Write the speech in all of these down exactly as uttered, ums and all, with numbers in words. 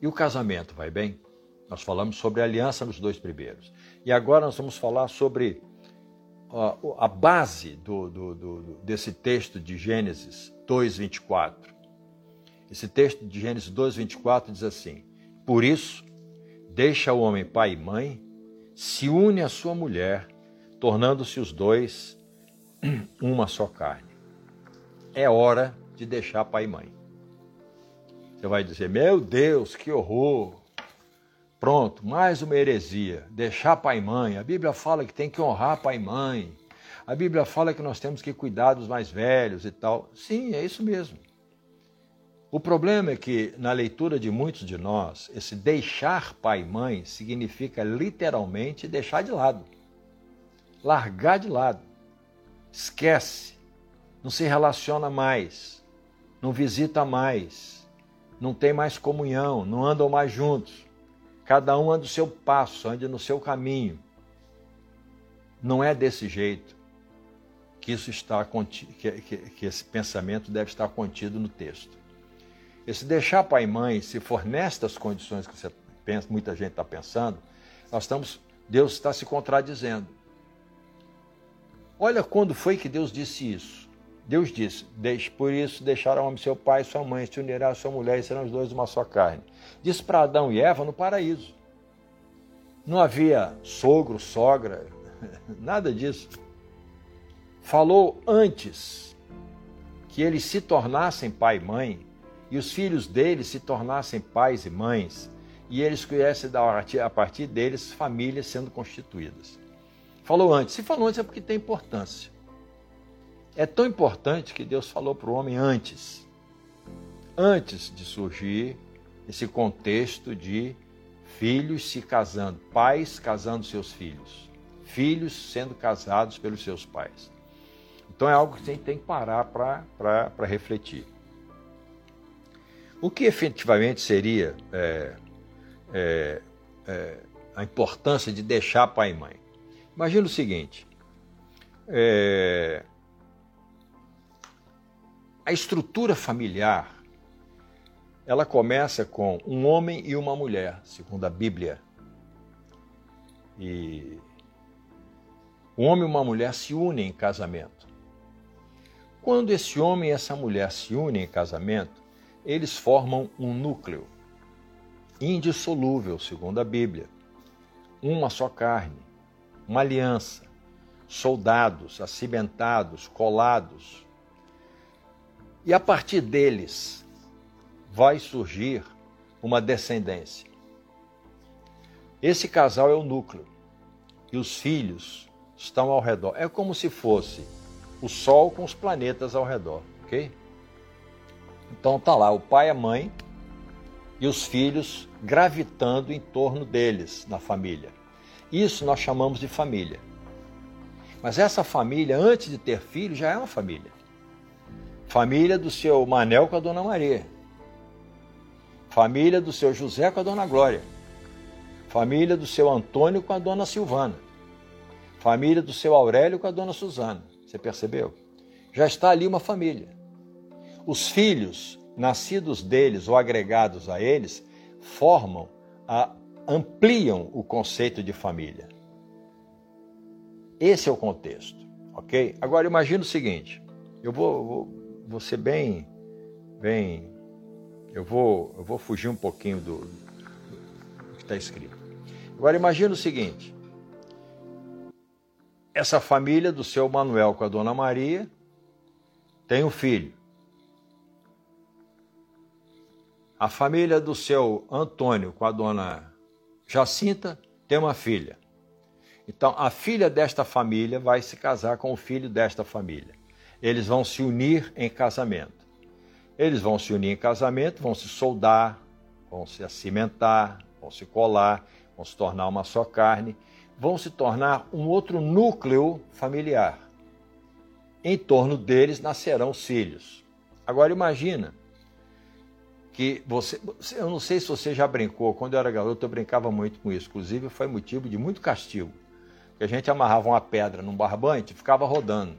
E o casamento, vai bem? Nós falamos sobre a aliança nos dois primeiros. E agora nós vamos falar sobre a, a base do, do, do, desse texto de Gênesis dois, vinte e quatro. Esse texto de Gênesis dois, vinte e quatro diz assim: por isso, deixa o homem pai e mãe, se une à sua mulher, tornando-se os dois uma só carne. É hora de deixar pai e mãe. Você vai dizer, meu Deus, que horror! Pronto, mais uma heresia, deixar pai e mãe. A Bíblia fala que tem que honrar pai e mãe. A Bíblia fala que nós temos que cuidar dos mais velhos e tal. Sim, é isso mesmo. O problema é que, na leitura de muitos de nós, esse deixar pai e mãe significa literalmente deixar de lado. Largar de lado. Esquece. Não se relaciona mais. Não visita mais. Não tem mais comunhão. Não andam mais juntos. Cada um anda o seu passo, anda no seu caminho. Não é desse jeito que isso está contido, que, que, que esse pensamento deve estar contido no texto. Esse deixar pai e mãe, se for nestas condições que você pensa, muita gente está pensando, nós estamos, Deus está se contradizendo. Olha quando foi que Deus disse isso. Deus disse, deixe, por isso deixará o homem seu pai e sua mãe, se unirá a sua mulher e serão os dois uma só carne. Disse para Adão e Eva no paraíso. Não havia sogro, sogra, nada disso. Falou antes que eles se tornassem pai e mãe e os filhos deles se tornassem pais e mães e eles conhecem a partir deles famílias sendo constituídas. Falou antes. Se falou antes é porque tem importância. É tão importante que Deus falou para o homem antes. Antes de surgir esse contexto de filhos se casando, pais casando seus filhos, filhos sendo casados pelos seus pais. Então é algo que a gente tem que parar para refletir. O que efetivamente seria é, é, é, a importância de deixar pai e mãe? Imagina o seguinte, é, a estrutura familiar, ela começa com um homem e uma mulher, segundo a Bíblia. E um homem e uma mulher se unem em casamento. Quando esse homem e essa mulher se unem em casamento, eles formam um núcleo indissolúvel, segundo a Bíblia. Uma só carne, uma aliança, soldados, acimentados, colados. E a partir deles vai surgir uma descendência. Esse casal é o núcleo e os filhos estão ao redor. É como se fosse o Sol com os planetas ao redor, ok? Então tá lá o pai e a mãe e os filhos gravitando em torno deles na família. Isso nós chamamos de família. Mas essa família, antes de ter filho, já é uma família. Família do seu Manel com a Dona Maria. Família do seu José com a Dona Glória. Família do seu Antônio com a Dona Silvana. Família do seu Aurélio com a Dona Suzana. Você percebeu? Já está ali uma família. Os filhos, nascidos deles ou agregados a eles, formam, a, ampliam o conceito de família. Esse é o contexto, ok? Agora imagina o seguinte, eu vou, vou, vou ser bem, bem, eu vou, eu vou fugir um pouquinho do, do que está escrito. Agora imagina o seguinte, essa família do seu Manuel com a Dona Maria tem um filho. A família do seu Antônio com a Dona Jacinta tem uma filha. Então, a filha desta família vai se casar com o filho desta família. Eles vão se unir em casamento. Eles vão se unir em casamento, vão se soldar, vão se acimentar, vão se colar, vão se tornar uma só carne, vão se tornar um outro núcleo familiar. Em torno deles nascerão os filhos. Agora imagina que você, eu não sei se você já brincou, quando eu era garoto eu brincava muito com isso, inclusive foi motivo de muito castigo, porque a gente amarrava uma pedra num barbante e ficava rodando.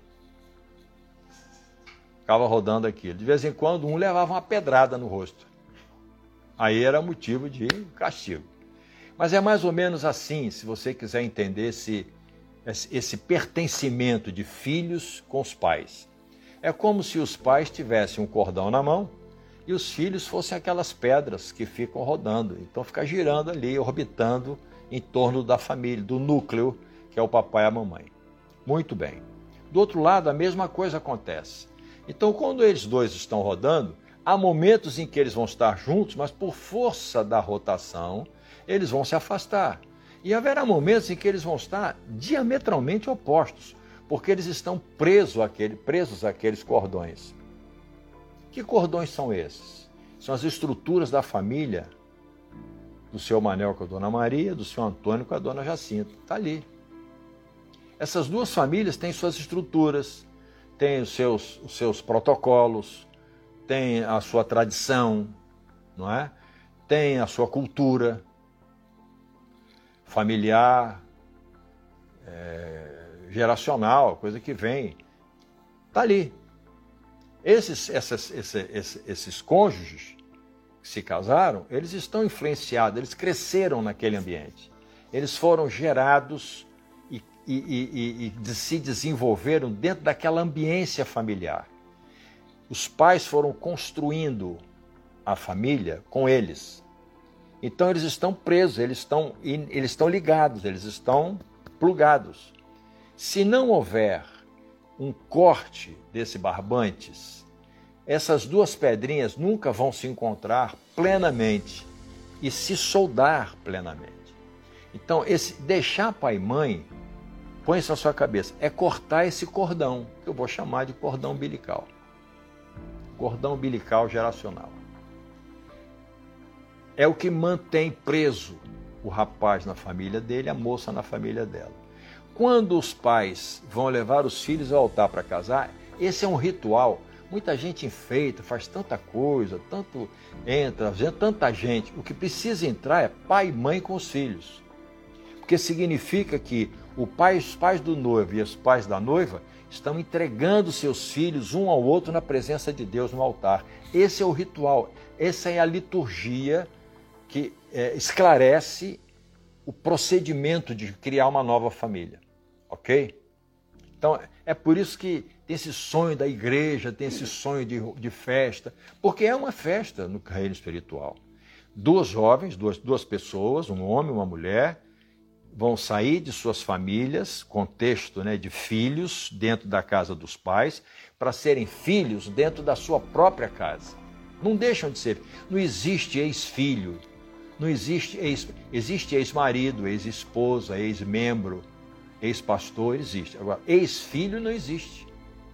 Ficava rodando aquilo. De vez em quando um levava uma pedrada no rosto. Aí era motivo de castigo. Mas é mais ou menos assim, se você quiser entender esse, esse pertencimento de filhos com os pais. É como se os pais tivessem um cordão na mão e os filhos fossem aquelas pedras que ficam rodando. Então fica girando ali, orbitando em torno da família, do núcleo, que é o papai e a mamãe. Muito bem. Do outro lado, a mesma coisa acontece. Então, quando eles dois estão rodando, há momentos em que eles vão estar juntos, mas por força da rotação, eles vão se afastar. E haverá momentos em que eles vão estar diametralmente opostos, porque eles estão presos àquele, presos àqueles cordões. Que cordões são esses? São as estruturas da família do seu Manel com a Dona Maria, do seu Antônio com a Dona Jacinta. Está ali. Essas duas famílias têm suas estruturas, têm os seus, os seus protocolos, têm a sua tradição, não é? Têm a sua cultura familiar, é, geracional, coisa que vem. Está ali. Esses, essas, esses, esses, esses cônjuges que se casaram, eles estão influenciados, eles cresceram naquele ambiente. Eles foram gerados e, e, e, e de, se desenvolveram dentro daquela ambiência familiar. Os pais foram construindo a família com eles. Então eles estão presos, eles estão, eles estão ligados, eles estão plugados. Se não houver um corte desse barbantes, essas duas pedrinhas nunca vão se encontrar plenamente e se soldar plenamente. Então, esse deixar pai e mãe, põe isso na sua cabeça, é cortar esse cordão, que eu vou chamar de cordão umbilical. Cordão umbilical geracional. É o que mantém preso o rapaz na família dele, a moça na família dela. Quando os pais vão levar os filhos ao altar para casar, esse é um ritual. Muita gente enfeita, faz tanta coisa, tanto entra, tanta gente. O que precisa entrar é pai e mãe com os filhos. Porque significa que o pai, os pais do noivo e os pais da noiva estão entregando seus filhos um ao outro na presença de Deus no altar. Esse é o ritual, essa é a liturgia que é, esclarece o procedimento de criar uma nova família, ok? Então, é por isso que tem esse sonho da igreja, tem esse sonho de, de festa, porque é uma festa no reino espiritual. Duas jovens, duas, duas pessoas, um homem e uma mulher, vão sair de suas famílias, contexto, né, de filhos dentro da casa dos pais, para serem filhos dentro da sua própria casa. Não deixam de ser. Não existe ex-filho, não existe ex, existe ex-marido, ex-esposa, ex-membro, ex-pastor, existe. Agora, ex-filho não existe.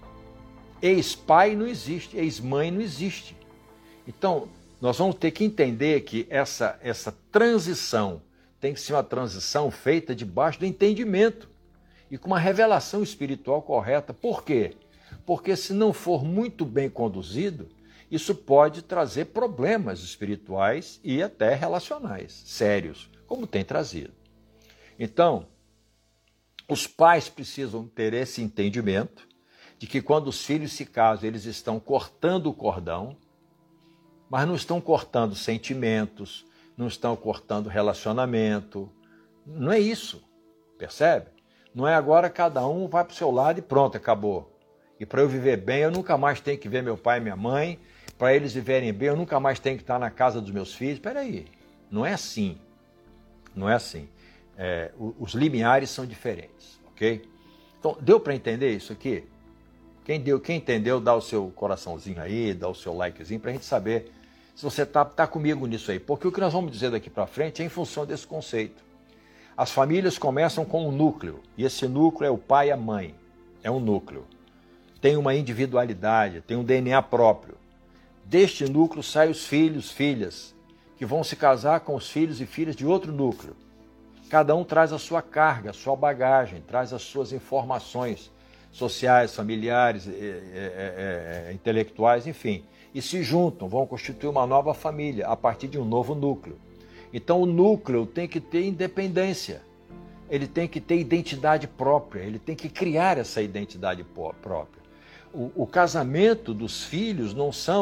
Ex-pai não existe, ex-mãe não existe. Então, nós vamos ter que entender que essa, essa transição tem que ser uma transição feita debaixo do entendimento e com uma revelação espiritual correta. Por quê? Porque se não for muito bem conduzido, isso pode trazer problemas espirituais e até relacionais, sérios, como tem trazido. Então, os pais precisam ter esse entendimento de que quando os filhos se casam, eles estão cortando o cordão, mas não estão cortando sentimentos, não estão cortando relacionamento. Não é isso, percebe? Não é agora cada um vai para o seu lado e pronto, acabou. E para eu viver bem, eu nunca mais tenho que ver meu pai e minha mãe. Para eles viverem bem, eu nunca mais tenho que estar na casa dos meus filhos. Espera aí, não é assim. Não é assim. É, os limiares são diferentes, ok? Então, deu para entender isso aqui? Quem, deu, quem entendeu, dá o seu coraçãozinho aí, dá o seu likezinho, para a gente saber se você está tá comigo nisso aí. Porque o que nós vamos dizer daqui para frente é em função desse conceito. As famílias começam com um núcleo, e esse núcleo é o pai e a mãe. É um núcleo. Tem uma individualidade, tem um D N A próprio. Deste núcleo saem os filhos, filhas, que vão se casar com os filhos e filhas de outro núcleo. Cada um traz a sua carga, a sua bagagem, traz as suas informações sociais, familiares, é, é, é, intelectuais, enfim. E se juntam, vão constituir uma nova família a partir de um novo núcleo. Então o núcleo tem que ter independência, ele tem que ter identidade própria, ele tem que criar essa identidade própria. O, o casamento dos filhos não são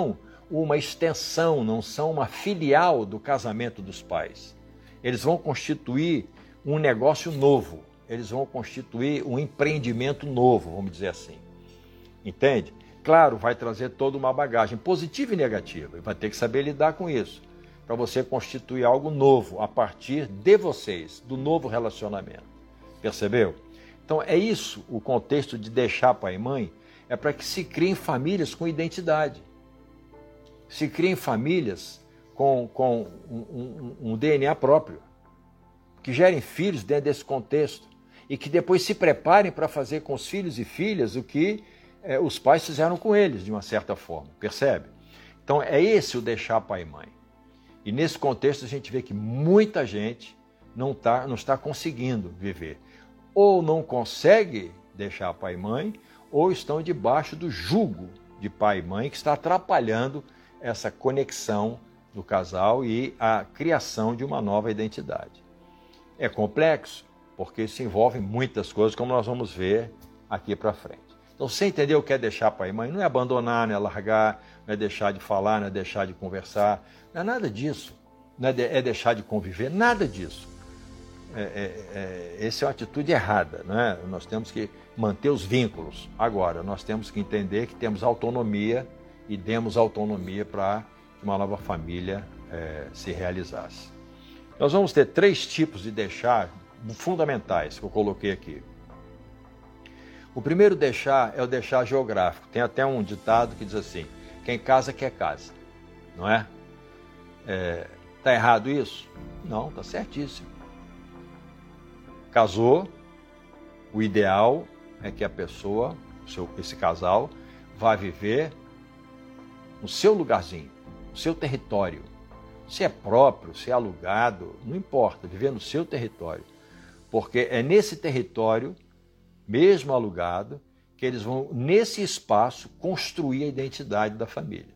uma extensão, não são uma filial do casamento dos pais. Eles vão constituir um negócio novo, eles vão constituir um empreendimento novo, vamos dizer assim. Entende? Claro, vai trazer toda uma bagagem positiva e negativa, e vai ter que saber lidar com isso, para você constituir algo novo a partir de vocês, do novo relacionamento. Percebeu? Então é isso o contexto de deixar pai e mãe, é para que se criem famílias com identidade. Se criem famílias com, com um, um, um D N A próprio, que gerem filhos dentro desse contexto e que depois se preparem para fazer com os filhos e filhas o que é, os pais fizeram com eles, de uma certa forma, percebe? Então é esse o deixar pai e mãe. E nesse contexto a gente vê que muita gente não, tá, não está conseguindo viver. Ou não consegue deixar pai e mãe, ou estão debaixo do jugo de pai e mãe que está atrapalhando essa conexão do casal e a criação de uma nova identidade. É complexo, porque isso envolve muitas coisas, como nós vamos ver aqui para frente. Então, você entendeu o que é deixar pai e mãe? Não é abandonar, não é largar, não é deixar de falar, não é deixar de conversar, não é nada disso. Não é, de, é deixar de conviver, nada disso. É, é, é, essa é uma atitude errada, né? Nós temos que manter os vínculos. Agora, nós temos que entender que temos autonomia e demos autonomia para que uma nova família é, se realizasse. Nós vamos ter três tipos de deixar fundamentais que eu coloquei aqui. O primeiro deixar é o deixar geográfico. Tem até um ditado que diz assim, quem casa quer casa, não é? Está errado isso? Não, está certíssimo. Casou, o ideal é que a pessoa, esse casal, vá viver no seu lugarzinho, no seu território. Se é próprio, se é alugado, não importa, viver no seu território. Porque é nesse território, mesmo alugado, que eles vão, nesse espaço, construir a identidade da família.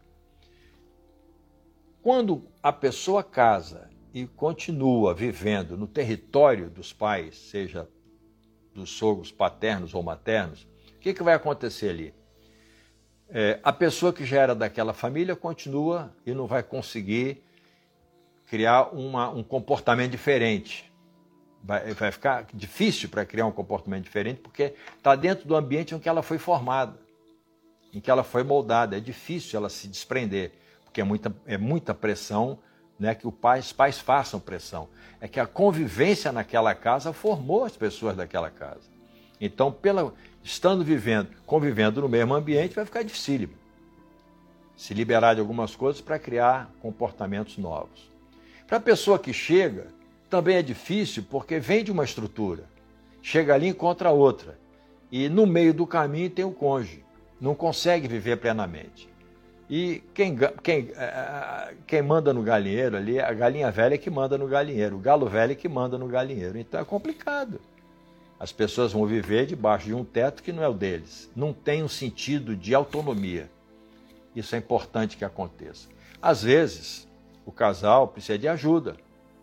Quando a pessoa casa e continua vivendo no território dos pais, seja dos sogros paternos ou maternos, o que, que vai acontecer ali? É, a pessoa que já era daquela família continua e não vai conseguir criar uma, um comportamento diferente. Vai, vai ficar difícil para criar um comportamento diferente porque está dentro do ambiente em que ela foi formada, em que ela foi moldada. É difícil ela se desprender, porque é muita, é muita pressão, né, que os pais, pais façam pressão. É que a convivência naquela casa formou as pessoas daquela casa. Então, pela, estando vivendo, convivendo no mesmo ambiente, vai ficar dificílimo se liberar de algumas coisas para criar comportamentos novos. Para a pessoa que chega, também é difícil porque vem de uma estrutura. Chega ali e encontra outra. E no meio do caminho tem o cônjuge. Não consegue viver plenamente. E quem, quem, quem manda no galinheiro ali, a galinha velha é que manda no galinheiro, o galo velho é que manda no galinheiro. Então é complicado. As pessoas vão viver debaixo de um teto que não é o deles. Não tem um sentido de autonomia. Isso é importante que aconteça. Às vezes, o casal precisa de ajuda.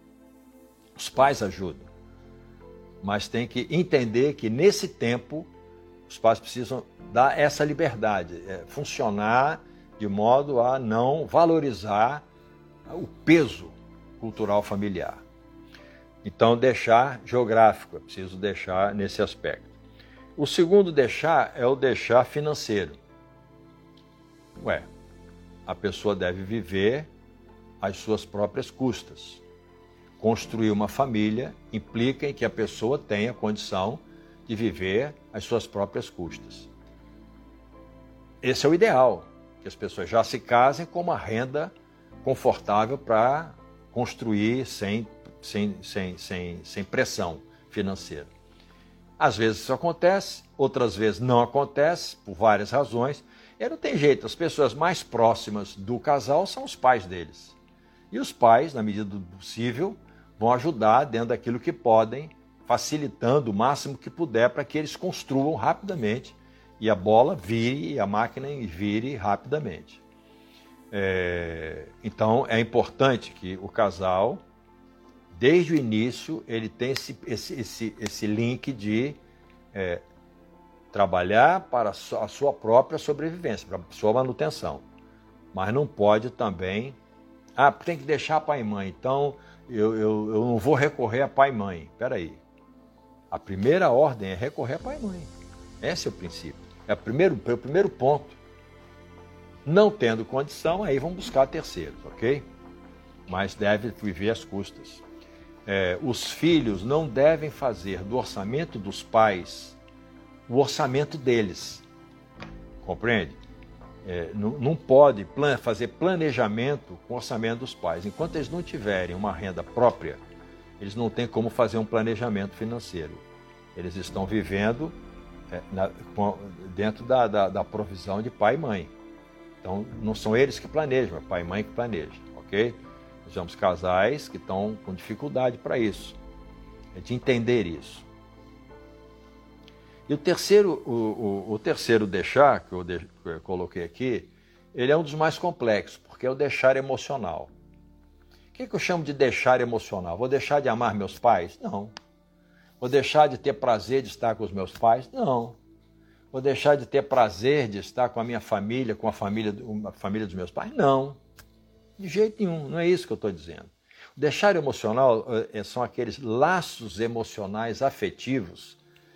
Os pais ajudam. Mas tem que entender que nesse tempo, os pais precisam dar essa liberdade, é, funcionar de modo a não valorizar o peso cultural familiar. Então, deixar geográfico, é preciso deixar nesse aspecto. O segundo deixar é o deixar financeiro. Ué, a pessoa deve viver às suas próprias custas. Construir uma família implica em que a pessoa tenha condição de viver às suas próprias custas. Esse é o ideal, que as pessoas já se casem com uma renda confortável para construir sem, sem, sem, sem, sem pressão financeira. Às vezes isso acontece, outras vezes não acontece, por várias razões. E não tem jeito, as pessoas mais próximas do casal são os pais deles. E os pais, na medida do possível, vão ajudar dentro daquilo que podem, facilitando o máximo que puder para que eles construam rapidamente e a bola vire, e a máquina vire rapidamente. É, então, é importante que o casal, desde o início, ele tenha esse, esse, esse, esse link de é, trabalhar para a sua própria sobrevivência, para a sua manutenção. mas não pode também, ah, tem que deixar pai e mãe, então eu, eu, eu não vou recorrer a pai e mãe. Espera aí, a primeira ordem é recorrer a pai e mãe, esse é o princípio, é o primeiro, é o primeiro ponto. Não tendo condição, aí vão buscar terceiros, ok? Mas deve viver às custas. É, os filhos não devem fazer do orçamento dos pais o orçamento deles, compreende? É, não, não pode plan- fazer planejamento com o orçamento dos pais. Enquanto eles não tiverem uma renda própria, eles não têm como fazer um planejamento financeiro. Eles estão vivendo é, na, com, dentro da, da, da provisão de pai e mãe. Então, não são eles que planejam, é pai e mãe que planejam, ok? Nós temos casais que estão com dificuldade para isso, é de entender isso. E o terceiro, o, o, o terceiro deixar, que eu, de, que eu coloquei aqui, ele é um dos mais complexos, porque é o deixar emocional. O que, que eu chamo de deixar emocional? Vou deixar de amar meus pais? Não. Vou deixar de ter prazer de estar com os meus pais? Não. Vou deixar de ter prazer de estar com a minha família, com a família, a família dos meus pais? Não, de jeito nenhum, não é isso que eu estou dizendo. O deixar emocional é, são aqueles laços emocionais afetivos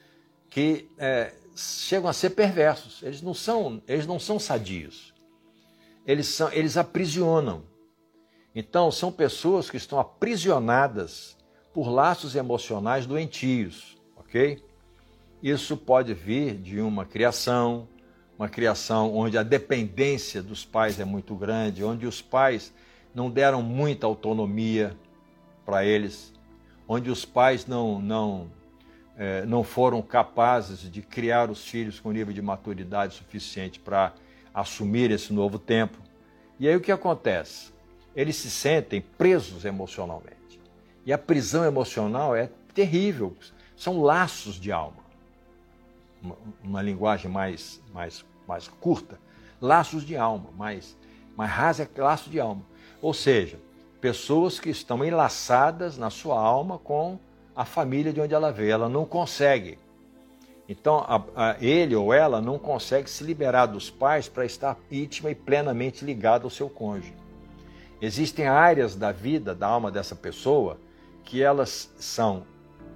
que é, chegam a ser perversos. Eles não são, eles não são sadios, eles, são, eles aprisionam. Então, são pessoas que estão aprisionadas por laços emocionais doentios, ok? Isso pode vir de uma criação, uma criação onde a dependência dos pais é muito grande, onde os pais não deram muita autonomia para eles, onde os pais não, não, é, não foram capazes de criar os filhos com nível de maturidade suficiente para assumir esse novo tempo. E aí o que acontece? Eles se sentem presos emocionalmente. E a prisão emocional é terrível, são laços de alma. Uma, uma linguagem mais, mais, mais curta, laços de alma, mais, mais rasa é laço de alma. Ou seja, pessoas que estão enlaçadas na sua alma com a família de onde ela veio, ela não consegue. Então, a, a, ele ou ela não consegue se liberar dos pais para estar íntima e plenamente ligado ao seu cônjuge. Existem áreas da vida, da alma dessa pessoa, que elas são,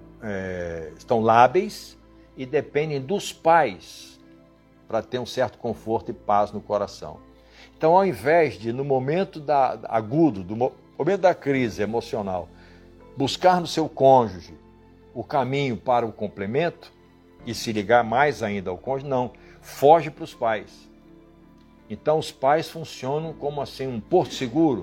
é, estão lábeis e dependem dos pais para ter um certo conforto e paz no coração. Então, ao invés de, no momento da, agudo, do momento da crise emocional, buscar no seu cônjuge o caminho para o complemento e se ligar mais ainda ao cônjuge, não, foge para os pais. Então, os pais funcionam como assim um porto seguro,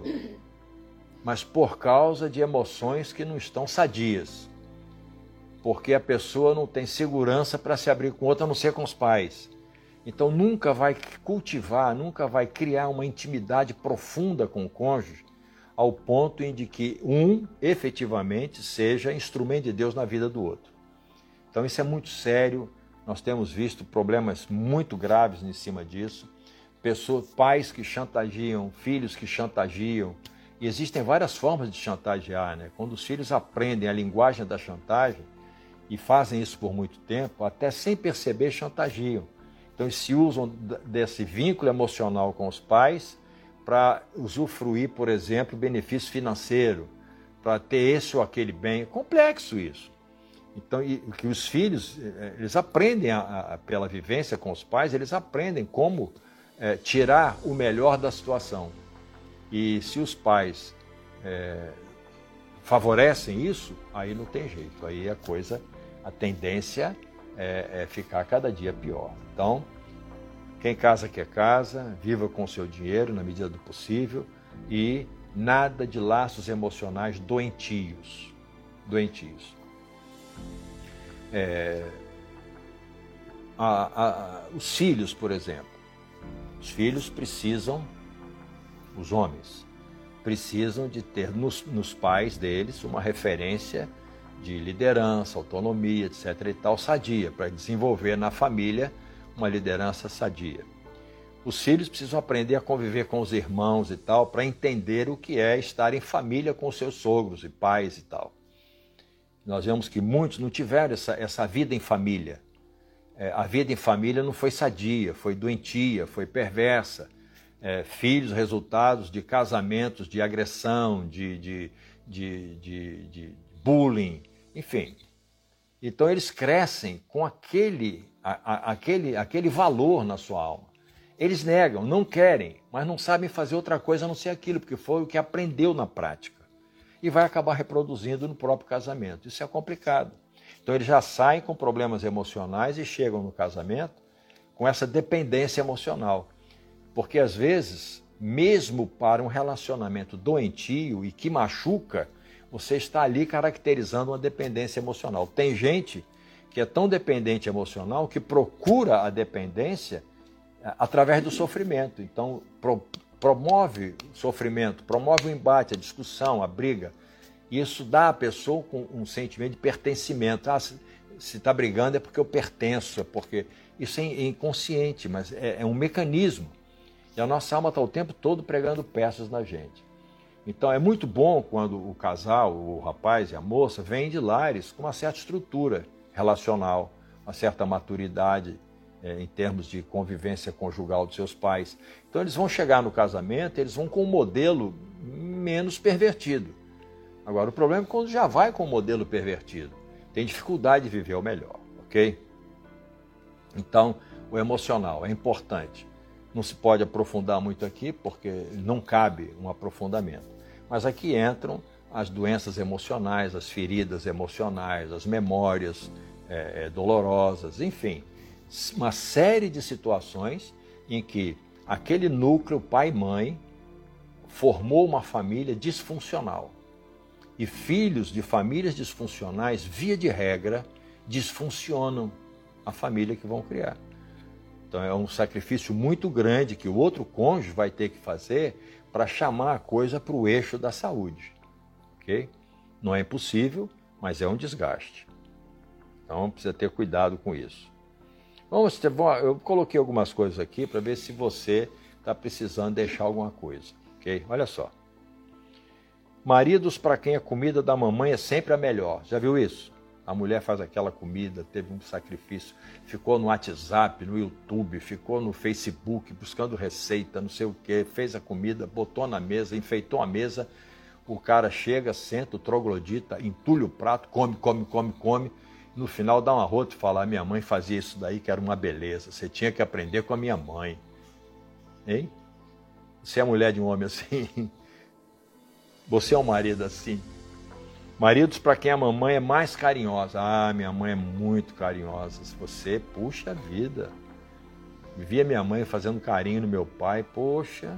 mas por causa de emoções que não estão sadias. Porque a pessoa não tem segurança para se abrir com outra, a não ser com os pais. Então, nunca vai cultivar, nunca vai criar uma intimidade profunda com o cônjuge, ao ponto em de que um, efetivamente, seja instrumento de Deus na vida do outro. Então, isso é muito sério. Nós temos visto problemas muito graves em cima disso. Pessoas, pais que chantagiam, filhos que chantagiam. E existem várias formas de chantagear, né? Quando os filhos aprendem a linguagem da chantagem e fazem isso por muito tempo, até sem perceber, chantagiam. Então, eles se usam desse vínculo emocional com os pais para usufruir, por exemplo, benefício financeiro, para ter esse ou aquele bem. É complexo isso. Então, e, que os filhos, eles aprendem, a, a, pela vivência com os pais, eles aprendem como é, tirar o melhor da situação. E se os pais é, favorecem isso, aí não tem jeito. Aí a coisa, a tendência é, é ficar cada dia pior. Então, quem casa quer casa, viva com o seu dinheiro na medida do possível e nada de laços emocionais doentios. Doentios. É, a, a, os filhos, por exemplo. Os filhos precisam, os homens, precisam de ter nos, nos pais deles uma referência de liderança, autonomia, etc e tal, sadia, para desenvolver na família uma liderança sadia. Os filhos precisam aprender a conviver com os irmãos e tal, para entender o que é estar em família com os seus sogros e pais e tal. Nós vemos que muitos não tiveram essa, essa vida em família. É, a vida em família não foi sadia, foi doentia, foi perversa. é, filhos resultados de casamentos, de agressão, de, de, de, de, de bullying, enfim. Então eles crescem com aquele, a, a, aquele, aquele valor na sua alma. Eles negam, não querem, mas não sabem fazer outra coisa a não ser aquilo, porque foi o que aprendeu na prática. E vai acabar reproduzindo no próprio casamento. Isso é complicado. Então eles já saem com problemas emocionais e chegam no casamento com essa dependência emocional. Porque às vezes, mesmo para um relacionamento doentio e que machuca, você está ali caracterizando uma dependência emocional. Tem gente que é tão dependente emocional que procura a dependência através do sofrimento. Então, pro, promove o sofrimento, promove o embate, a discussão, a briga. E isso dá à pessoa com um sentimento de pertencimento. Ah, se está brigando é porque eu pertenço, é porque... Isso é inconsciente, mas é, é um mecanismo. E a nossa alma está o tempo todo pregando peças na gente. Então é muito bom quando o casal, o rapaz e a moça, vêm de lares com uma certa estrutura relacional, uma certa maturidade é, em termos de convivência conjugal dos seus pais. Então eles vão chegar no casamento, eles vão com um modelo menos pervertido. Agora, o problema é quando já vai com um modelo pervertido. Tem dificuldade de viver o melhor, ok? Então, o emocional é importante. Não se pode aprofundar muito aqui, porque não cabe um aprofundamento. Mas aqui entram as doenças emocionais, as feridas emocionais, as memórias é, dolorosas, enfim. Uma série de situações em que aquele núcleo pai e mãe formou uma família disfuncional. E filhos de famílias disfuncionais, via de regra, disfuncionam a família que vão criar. Então é um sacrifício muito grande que o outro cônjuge vai ter que fazer para chamar a coisa para o eixo da saúde. Okay? Não é impossível, mas é um desgaste. Então precisa ter cuidado com isso. Vamos ter, eu coloquei algumas coisas aqui para ver se você está precisando deixar alguma coisa. Okay? Olha só. Maridos para quem a comida da mamãe é sempre a melhor. Já viu isso? A mulher faz aquela comida, teve um sacrifício, ficou no WhatsApp, no YouTube, ficou no Facebook buscando receita, não sei o quê, fez a comida, botou na mesa, enfeitou a mesa, o cara chega, senta, o troglodita, entulha o prato, come, come, come, come, no final dá uma rota e fala, a minha mãe fazia isso daí que era uma beleza, você tinha que aprender com a minha mãe. Hein? Você é mulher de um homem assim? Você é um marido assim? Maridos para quem a mamãe é mais carinhosa. Ah, minha mãe é muito carinhosa. Se você, puxa vida. Via minha mãe fazendo carinho no meu pai. Poxa,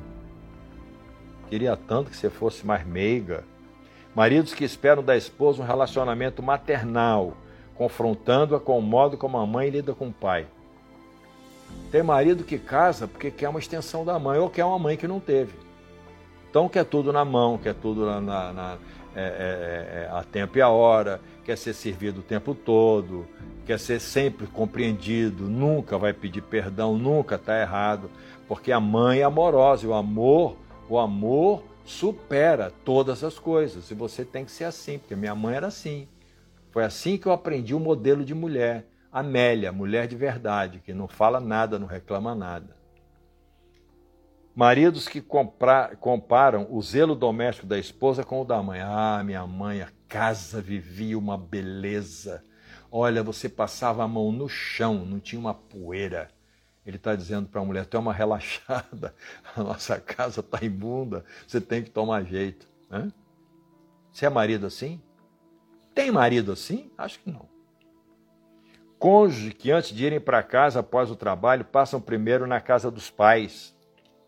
queria tanto que você fosse mais meiga. Maridos que esperam da esposa um relacionamento maternal, confrontando-a com o modo como a mãe lida com o pai. Tem marido que casa porque quer uma extensão da mãe ou quer uma mãe que não teve. Então quer tudo na mão, quer tudo na... na, na É, é, é, a tempo e a hora, quer ser servido o tempo todo, quer ser sempre compreendido, nunca vai pedir perdão, nunca está errado, porque a mãe é amorosa e o amor, o amor supera todas as coisas, e você tem que ser assim, porque minha mãe era assim. Foi assim que eu aprendi o modelo de mulher, Amélia, mulher de verdade, que não fala nada, não reclama nada. Maridos que compra, comparam o zelo doméstico da esposa com o da mãe. Ah, minha mãe, a casa vivia uma beleza. Olha, você passava a mão no chão, não tinha uma poeira. Ele está dizendo para a mulher, tu é uma relaxada, a nossa casa está imunda, você tem que tomar jeito. Hã? Você é marido assim? Tem marido assim? Acho que não. Cônjuge que antes de irem para casa após o trabalho, passam primeiro na casa dos pais.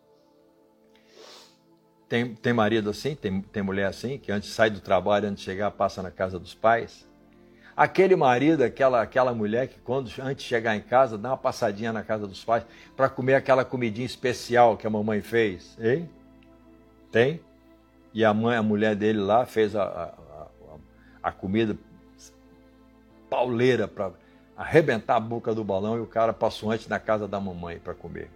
Tem, tem marido assim, tem, tem mulher assim, que antes sai do trabalho, antes de chegar, passa na casa dos pais. Aquele marido, aquela, aquela mulher que quando, antes de chegar em casa, dá uma passadinha na casa dos pais para comer aquela comidinha especial que a mamãe fez. Hein? Tem? E a mãe, a mulher dele lá fez a, a, a, a comida pauleira para arrebentar a boca do balão e o cara passou antes na casa da mamãe para comer.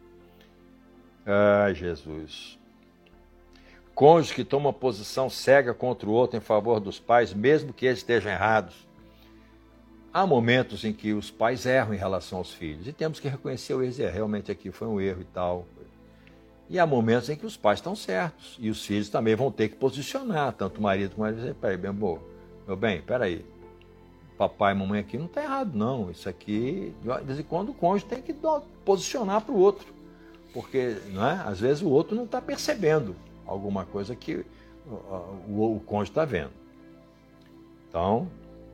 Ai, Jesus. Cônjuge que toma posição cega contra o outro em favor dos pais, mesmo que eles estejam errados. Há momentos em que os pais erram em relação aos filhos, e temos que reconhecer o erro, realmente aqui foi um erro e tal. E há momentos em que os pais estão certos. E os filhos também vão ter que posicionar, tanto o marido como a mulher. Peraí, meu amor, meu bem, peraí. Papai e mamãe aqui não está errado, não. Isso aqui, de vez em quando, o cônjuge tem que posicionar para o outro. Porque, não é? Às vezes, o outro não está percebendo alguma coisa que o, o, o cônjuge está vendo. Então,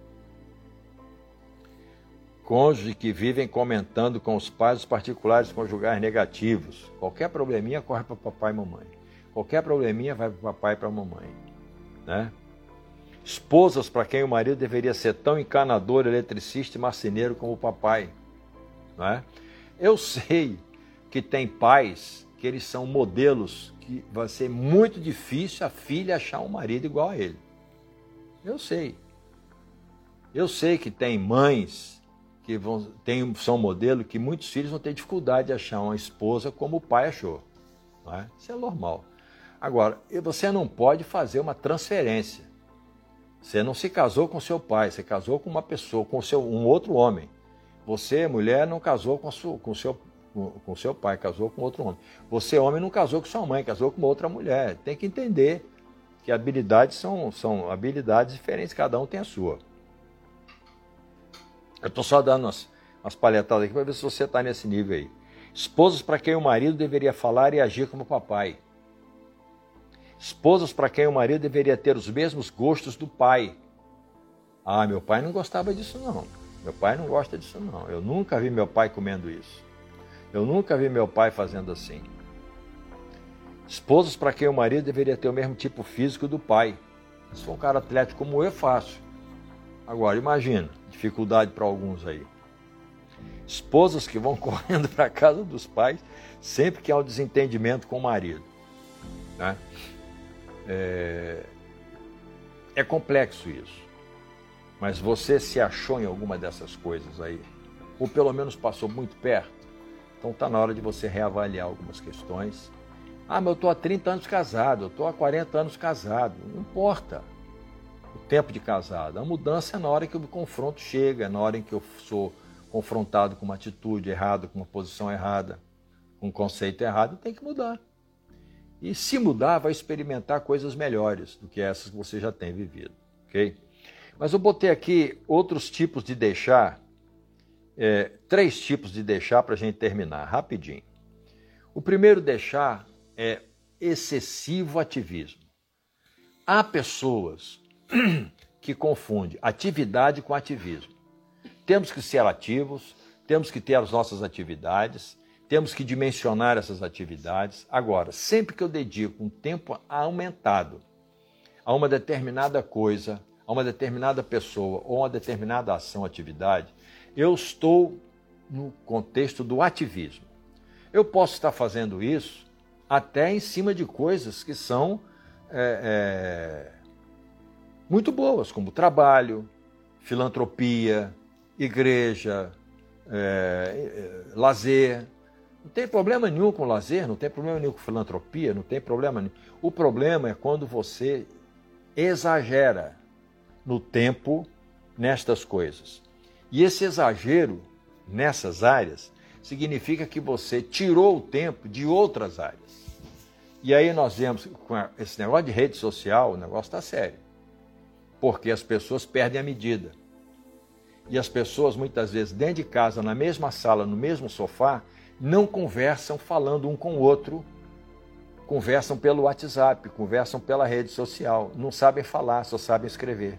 cônjuges que vivem comentando com os pais os particulares conjugais negativos. Qualquer probleminha corre para papai e mamãe. Qualquer probleminha vai para papai e para a mamãe. Né? Esposas para quem o marido deveria ser tão encanador, eletricista e marceneiro como o papai. Né? Eu sei que tem pais que eles são modelos que vai ser muito difícil a filha achar um marido igual a ele. Eu sei. Eu sei que tem mães que vão, tem, são modelo que muitos filhos vão ter dificuldade de achar uma esposa como o pai achou. Não é? Isso é normal. Agora, você não pode fazer uma transferência. Você não se casou com seu pai, você casou com uma pessoa, com seu, um outro homem. Você, mulher, não casou com, sua, com, seu, com, com seu pai, casou com outro homem. Você, homem, não casou com sua mãe, casou com outra mulher. Tem que entender que habilidades são, são habilidades diferentes, cada um tem a sua. Eu estou só dando umas, umas palhetadas aqui para ver se você está nesse nível aí. Esposas para quem o marido deveria falar e agir como papai. Esposas para quem o marido deveria ter os mesmos gostos do pai. Ah, meu pai não gostava disso não. Meu pai não gosta disso não. Eu nunca vi meu pai comendo isso. Eu nunca vi meu pai fazendo assim. Esposas para quem o marido deveria ter o mesmo tipo físico do pai. Se for um cara atlético como eu, é fácil. Agora, imagina, dificuldade para alguns aí. Esposas que vão correndo para a casa dos pais sempre que há um desentendimento com o marido. Né? É... é complexo isso. Mas você se achou em alguma dessas coisas aí? Ou pelo menos passou muito perto? Então está na hora de você reavaliar algumas questões. Ah, mas eu estou há trinta anos casado, eu estou há quarenta anos casado. Não importa o tempo de casado. A mudança é na hora que o confronto chega, é na hora em que eu sou confrontado com uma atitude errada, com uma posição errada, com um conceito errado, tem que mudar. E se mudar, vai experimentar coisas melhores do que essas que você já tem vivido. Ok? Mas eu botei aqui outros tipos de deixar, é, três tipos de deixar para a gente terminar, rapidinho. O primeiro deixar é excessivo ativismo. Há pessoas que confundem atividade com ativismo. Temos que ser ativos, temos que ter as nossas atividades, temos que dimensionar essas atividades. Agora, sempre que eu dedico um tempo aumentado a uma determinada coisa, a uma determinada pessoa ou a uma determinada ação, atividade, eu estou no contexto do ativismo. Eu posso estar fazendo isso até em cima de coisas que são é, é, muito boas, como trabalho, filantropia, igreja, é, é, lazer. Não tem problema nenhum com lazer, não tem problema nenhum com filantropia, não tem problema nenhum. O problema é quando você exagera no tempo nestas coisas. E esse exagero nessas áreas significa que você tirou o tempo de outras áreas. E aí nós vemos, com esse negócio de rede social, o negócio está sério. Porque as pessoas perdem a medida. E as pessoas, muitas vezes, dentro de casa, na mesma sala, no mesmo sofá, não conversam falando um com o outro, conversam pelo WhatsApp, conversam pela rede social, não sabem falar, só sabem escrever.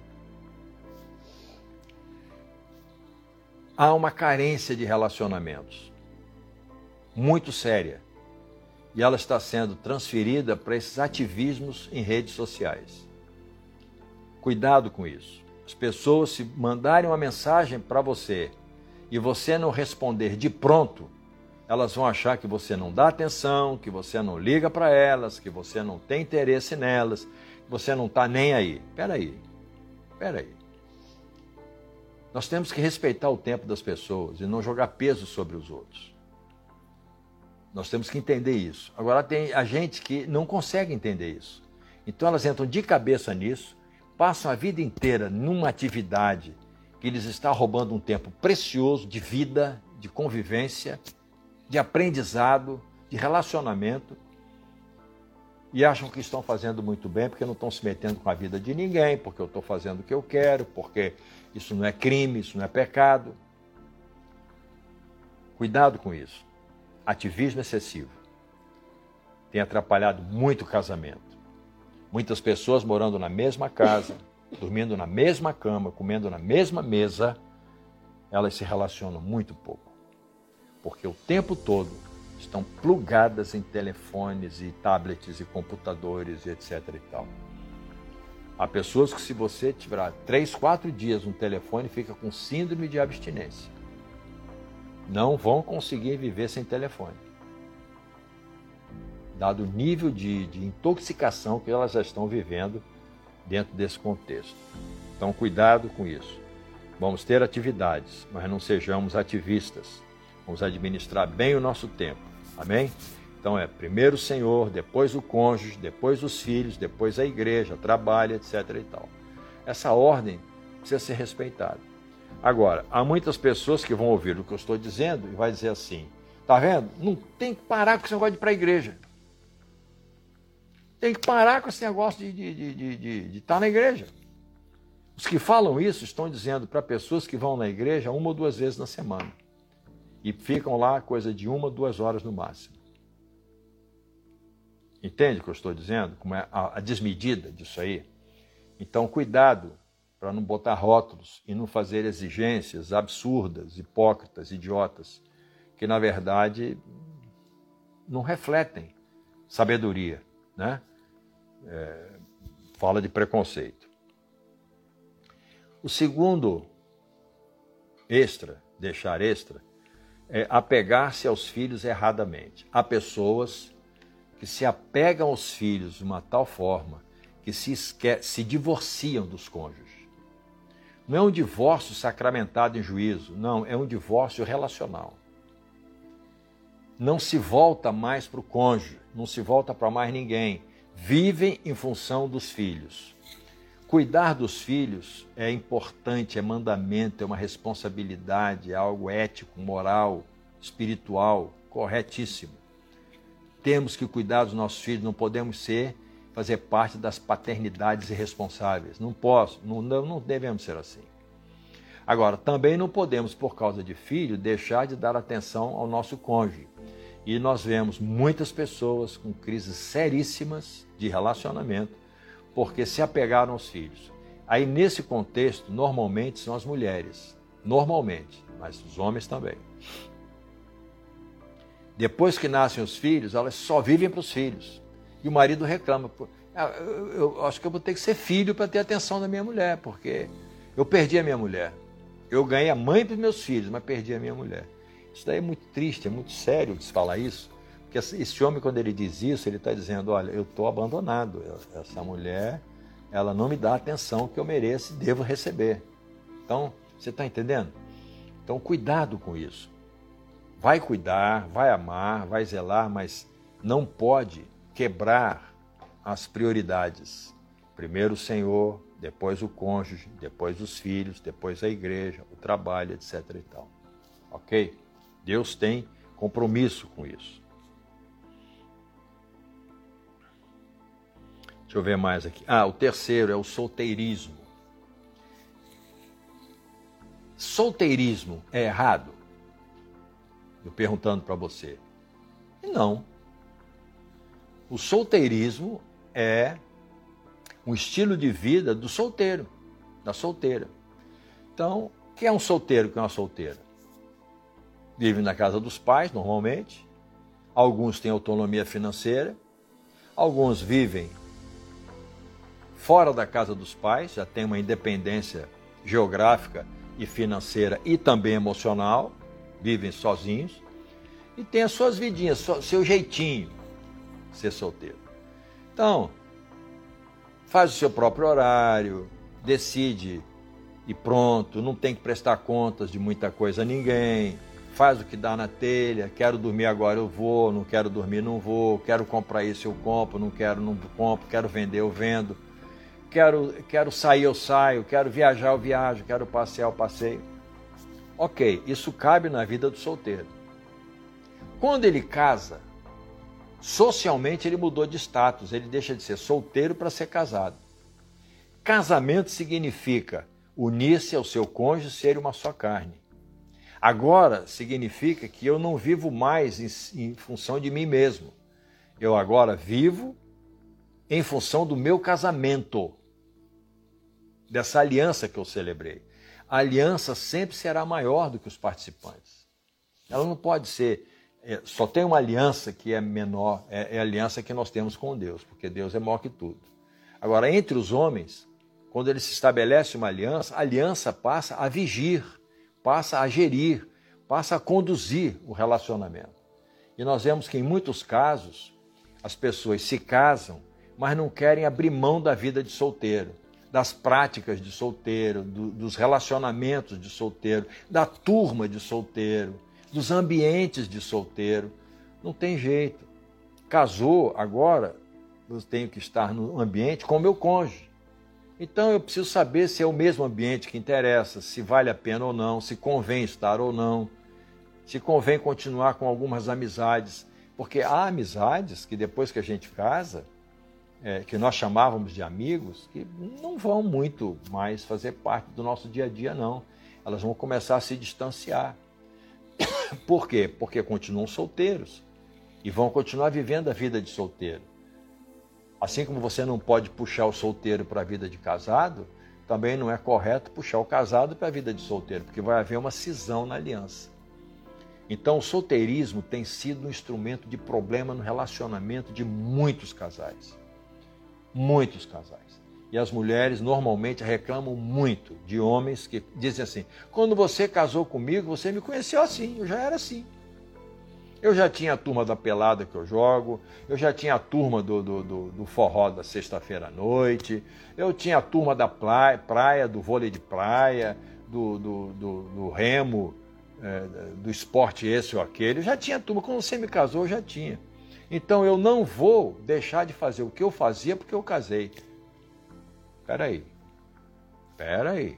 Há uma carência de relacionamentos, muito séria, e ela está sendo transferida para esses ativismos em redes sociais. Cuidado com isso. As pessoas, se mandarem uma mensagem para você e você não responder de pronto, elas vão achar que você não dá atenção, que você não liga para elas, que você não tem interesse nelas, que você não está nem aí. Espera aí, espera aí. Nós temos que respeitar o tempo das pessoas e não jogar peso sobre os outros. Nós temos que entender isso. Agora, tem a gente que não consegue entender isso. Então, elas entram de cabeça nisso, passam a vida inteira numa atividade que lhes está roubando um tempo precioso de vida, de convivência, de aprendizado, de relacionamento, e acham que estão fazendo muito bem porque não estão se metendo com a vida de ninguém, porque eu estou fazendo o que eu quero, porque isso não é crime, isso não é pecado. Cuidado com isso. Ativismo excessivo tem atrapalhado muito o casamento. Muitas pessoas morando na mesma casa, dormindo na mesma cama, comendo na mesma mesa, elas se relacionam muito pouco. Porque o tempo todo estão plugadas em telefones e tablets e computadores e etc e tal. Há pessoas que, se você tiver três, quatro dias no telefone, fica com síndrome de abstinência. Não vão conseguir viver sem telefone, dado o nível de, de intoxicação que elas já estão vivendo dentro desse contexto. Então, cuidado com isso. Vamos ter atividades, mas não sejamos ativistas. Vamos administrar bem o nosso tempo. Amém? Então é primeiro o Senhor, depois o cônjuge, depois os filhos, depois a igreja, trabalho, etc e tal. Essa ordem precisa ser respeitada. Agora, há muitas pessoas que vão ouvir o que eu estou dizendo e vai dizer assim, tá vendo? Não tem que parar com esse negócio de ir para a igreja. Tem que parar com esse negócio de estar de, de, de, de estar na igreja. Os que falam isso estão dizendo para pessoas que vão na igreja uma ou duas vezes na semana. E ficam lá coisa de uma, duas horas no máximo. Entende o que eu estou dizendo? Como é a, a desmedida disso aí? Então, cuidado para não botar rótulos e não fazer exigências absurdas, hipócritas, idiotas, que, na verdade, não refletem sabedoria, né? É, fala de preconceito. O segundo extra, deixar extra, é apegar-se aos filhos erradamente. Há pessoas que se apegam aos filhos de uma tal forma que se, esque- se divorciam dos cônjuges. Não é um divórcio sacramentado em juízo, não, é um divórcio relacional. Não se volta mais para o cônjuge, não se volta para mais ninguém. Vivem em função dos filhos. Cuidar dos filhos é importante, é mandamento, é uma responsabilidade, é algo ético, moral, espiritual, corretíssimo. Temos que cuidar dos nossos filhos, não podemos ser, fazer parte das paternidades irresponsáveis. Não posso, não, não devemos ser assim. Agora, também não podemos, por causa de filho, deixar de dar atenção ao nosso cônjuge. E nós vemos muitas pessoas com crises seríssimas de relacionamento, porque se apegaram aos filhos. Aí, nesse contexto, normalmente são as mulheres. Normalmente, mas os homens também. Depois que nascem os filhos, elas só vivem para os filhos. E o marido reclama. Eu, eu acho que eu vou ter que ser filho para ter atenção da minha mulher, porque eu perdi a minha mulher. Eu ganhei a mãe para os meus filhos, mas perdi a minha mulher. Isso daí é muito triste, é muito sério de se falar isso. Porque esse homem, quando ele diz isso, ele está dizendo, olha, eu estou abandonado. Essa mulher, ela não me dá a atenção que eu mereço e devo receber. Então, você está entendendo? Então, cuidado com isso. Vai cuidar, vai amar, vai zelar, mas não pode quebrar as prioridades. Primeiro o Senhor, depois o cônjuge, depois os filhos, depois a igreja, o trabalho, etc e tal. Ok? Deus tem compromisso com isso. Deixa eu ver mais aqui. Ah, o terceiro é o solteirismo. Solteirismo é errado? Eu perguntando para você. Não. O solteirismo é um estilo de vida do solteiro, da solteira. Então, quem é um solteiro, quem é uma solteira? Vive na casa dos pais, normalmente. Alguns têm autonomia financeira. Alguns vivem fora da casa dos pais, já tem uma independência geográfica e financeira e também emocional, vivem sozinhos, e tem as suas vidinhas, seu jeitinho de ser solteiro. Então, faz o seu próprio horário, decide e pronto, não tem que prestar contas de muita coisa a ninguém, faz o que dá na telha, quero dormir agora eu vou, não quero dormir não vou, quero comprar isso eu compro, não quero não compro, quero vender eu vendo, quero, quero sair eu saio, quero viajar eu viajo, quero passear eu passeio. Ok, isso cabe na vida do solteiro. Quando ele casa, Socialmente ele mudou de status, ele deixa de ser solteiro para ser casado. Casamento significa unir-se ao seu cônjuge, ser uma só carne. Agora significa que eu não vivo mais em, em função de mim mesmo. Eu agora vivo em função do meu casamento, dessa aliança que eu celebrei. A aliança sempre será maior do que os participantes. Ela não pode ser, é, só tem uma aliança que é menor, é, é a aliança que nós temos com Deus, porque Deus é maior que tudo. Agora, entre os homens, quando ele se estabelece uma aliança, a aliança passa a vigir, passa a gerir, passa a conduzir o relacionamento. E nós vemos que em muitos casos, as pessoas se casam, mas não querem abrir mão da vida de solteiro, das práticas de solteiro, do, dos relacionamentos de solteiro, da turma de solteiro, dos ambientes de solteiro. Não tem jeito. Casou, agora eu tenho que estar no ambiente com o meu cônjuge. Então eu preciso saber se é o mesmo ambiente que interessa, se vale a pena ou não, se convém estar ou não, se convém continuar com algumas amizades. Porque há amizades que depois que a gente casa, é, que nós chamávamos de amigos, que não vão muito mais fazer parte do nosso dia a dia, não. Elas vão começar a se distanciar. Por quê? Porque continuam solteiros e vão continuar vivendo a vida de solteiro. Assim como você não pode puxar o solteiro para a vida de casado, também não é correto puxar o casado para a vida de solteiro, porque vai haver uma cisão na aliança. Então, o solteirismo tem sido um instrumento de problema no relacionamento de muitos casais. Muitos casais. E as mulheres normalmente reclamam muito de homens que dizem assim: quando você casou comigo, você me conheceu assim, eu já era assim. Eu já tinha a turma da pelada que eu jogo, eu já tinha a turma do, do, do, do forró da sexta-feira à noite, eu tinha a turma da praia, praia do vôlei de praia, do, do, do, do remo, é, do esporte esse ou aquele. Eu já tinha a turma, quando você me casou, eu já tinha. Então eu não vou deixar de fazer o que eu fazia porque eu casei. Espera aí, espera aí.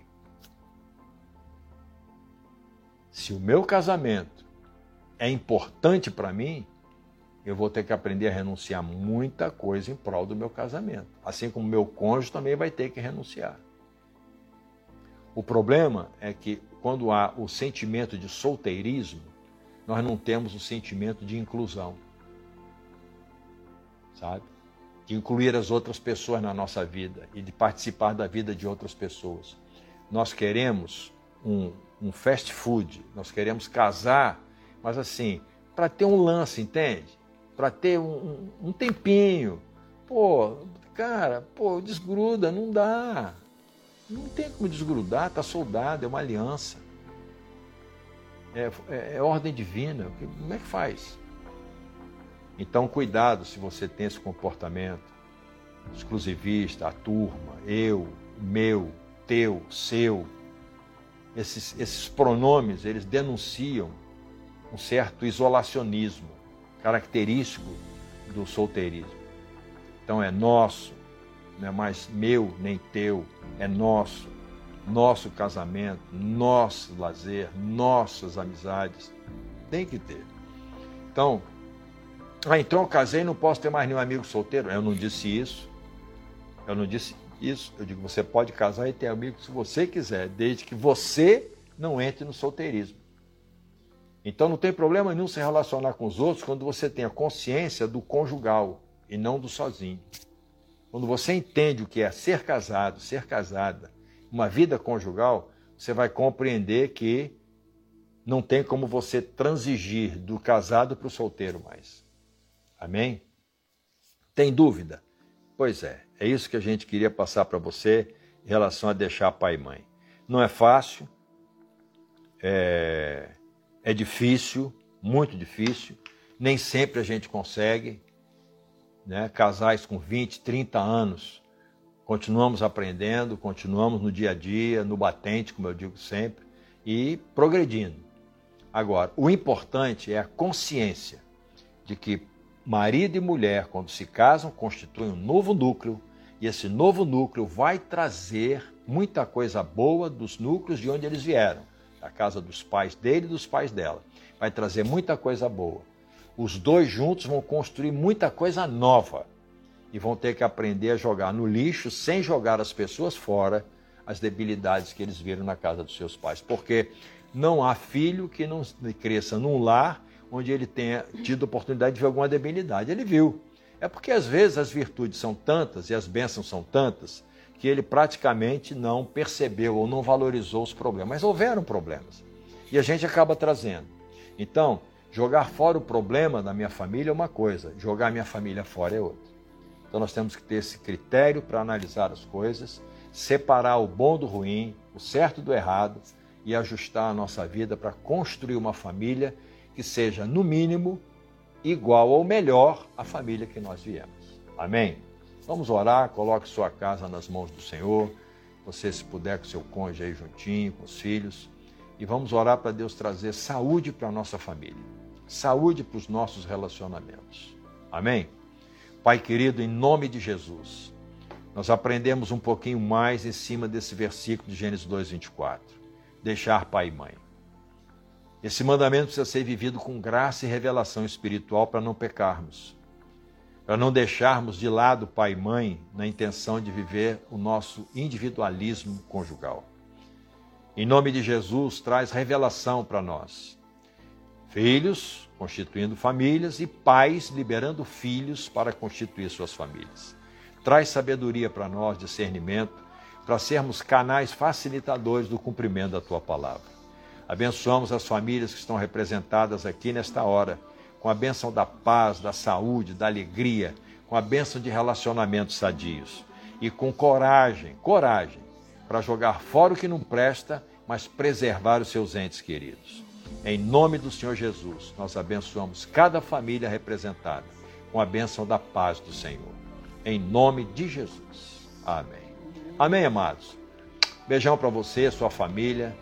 Se o meu casamento é importante para mim, eu vou ter que aprender a renunciar muita coisa em prol do meu casamento. Assim como meu cônjuge também vai ter que renunciar. O problema é que quando há o sentimento de solteirismo, nós não temos o sentimento de inclusão. Sabe? De incluir as outras pessoas na nossa vida e de participar da vida de outras pessoas. Nós queremos um, um fast food, nós queremos casar, mas assim, para ter um lance, entende? Para ter um, um, um tempinho. Pô, cara, pô, desgruda, não dá. Não tem como desgrudar, tá soldado, é uma aliança. É, é, é ordem divina, como é que faz? Então, cuidado se você tem esse comportamento exclusivista, a turma, eu, meu, teu, seu. Esses, esses pronomes, eles denunciam um certo isolacionismo característico do solteirismo. Então, é nosso, não é mais meu nem teu, é nosso. Nosso casamento, nosso lazer, nossas amizades. Tem que ter. Então, ah, então eu casei e não posso ter mais nenhum amigo solteiro? Eu não disse isso. Eu não disse isso. Eu digo, você pode casar e ter amigos se você quiser, desde que você não entre no solteirismo. Então não tem problema nenhum se relacionar com os outros quando você tem a consciência do conjugal e não do sozinho. Quando você entende o que é ser casado, ser casada, uma vida conjugal, você vai compreender que não tem como você transigir do casado para o solteiro mais. Amém? Tem dúvida? Pois é, é isso que a gente queria passar para você em relação a deixar pai e mãe. Não é fácil, é, é difícil, muito difícil, nem sempre a gente consegue, né? Casais com vinte, trinta anos, continuamos aprendendo, continuamos no dia a dia, no batente, como eu digo sempre, e progredindo. Agora, o importante é a consciência de que marido e mulher, quando se casam, constituem um novo núcleo, e esse novo núcleo vai trazer muita coisa boa dos núcleos de onde eles vieram, da casa dos pais dele e dos pais dela. Vai trazer muita coisa boa. Os dois juntos vão construir muita coisa nova e vão ter que aprender a jogar no lixo, sem jogar as pessoas fora, as debilidades que eles viram na casa dos seus pais. Porque não há filho que não cresça num lar onde ele tenha tido oportunidade de ver alguma debilidade. Ele viu. É porque às vezes as virtudes são tantas e as bênçãos são tantas que ele praticamente não percebeu ou não valorizou os problemas. Mas houveram problemas. E a gente acaba trazendo. Então, jogar fora o problema da minha família é uma coisa, jogar minha família fora é outra. Então nós temos que ter esse critério para analisar as coisas, separar o bom do ruim, o certo do errado e ajustar a nossa vida para construir uma família que seja, no mínimo, igual ou melhor à família que nós viemos. Amém? Vamos orar, coloque sua casa nas mãos do Senhor, você se puder com seu cônjuge aí juntinho, com os filhos, e vamos orar para Deus trazer saúde para a nossa família, saúde para os nossos relacionamentos. Amém? Pai querido, em nome de Jesus, nós aprendemos um pouquinho mais em cima desse versículo de Gênesis dois, vinte e quatro. Deixar pai e mãe. Esse mandamento precisa ser vivido com graça e revelação espiritual para não pecarmos, para não deixarmos de lado pai e mãe na intenção de viver o nosso individualismo conjugal. Em nome de Jesus, traz revelação para nós. Filhos constituindo famílias e pais liberando filhos para constituir suas famílias. Traz sabedoria para nós, discernimento, para sermos canais facilitadores do cumprimento da Tua palavra. Abençoamos as famílias que estão representadas aqui nesta hora, com a bênção da paz, da saúde, da alegria, com a bênção de relacionamentos sadios e com coragem, coragem, para jogar fora o que não presta, mas preservar os seus entes queridos. Em nome do Senhor Jesus, nós abençoamos cada família representada com a bênção da paz do Senhor. Em nome de Jesus. Amém. Amém, amados? Beijão para você, sua família.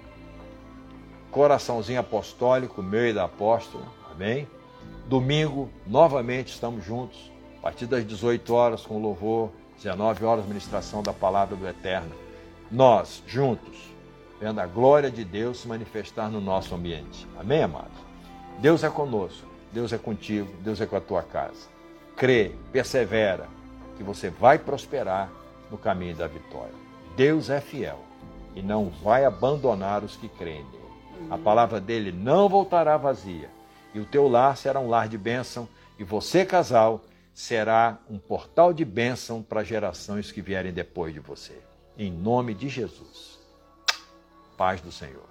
Coraçãozinho apostólico, meu e da apóstola. Amém? Domingo, novamente estamos juntos. A partir das dezoito horas com louvor, dezenove horas, ministração da palavra do Eterno. Nós, juntos, vendo a glória de Deus se manifestar no nosso ambiente. Amém, amados? Deus é conosco, Deus é contigo, Deus é com a tua casa. Crê, persevera, que você vai prosperar no caminho da vitória. Deus é fiel e não vai abandonar os que creem nele. A palavra dele não voltará vazia e o teu lar será um lar de bênção e você, casal, será um portal de bênção para gerações que vierem depois de você. Em nome de Jesus. Paz do Senhor.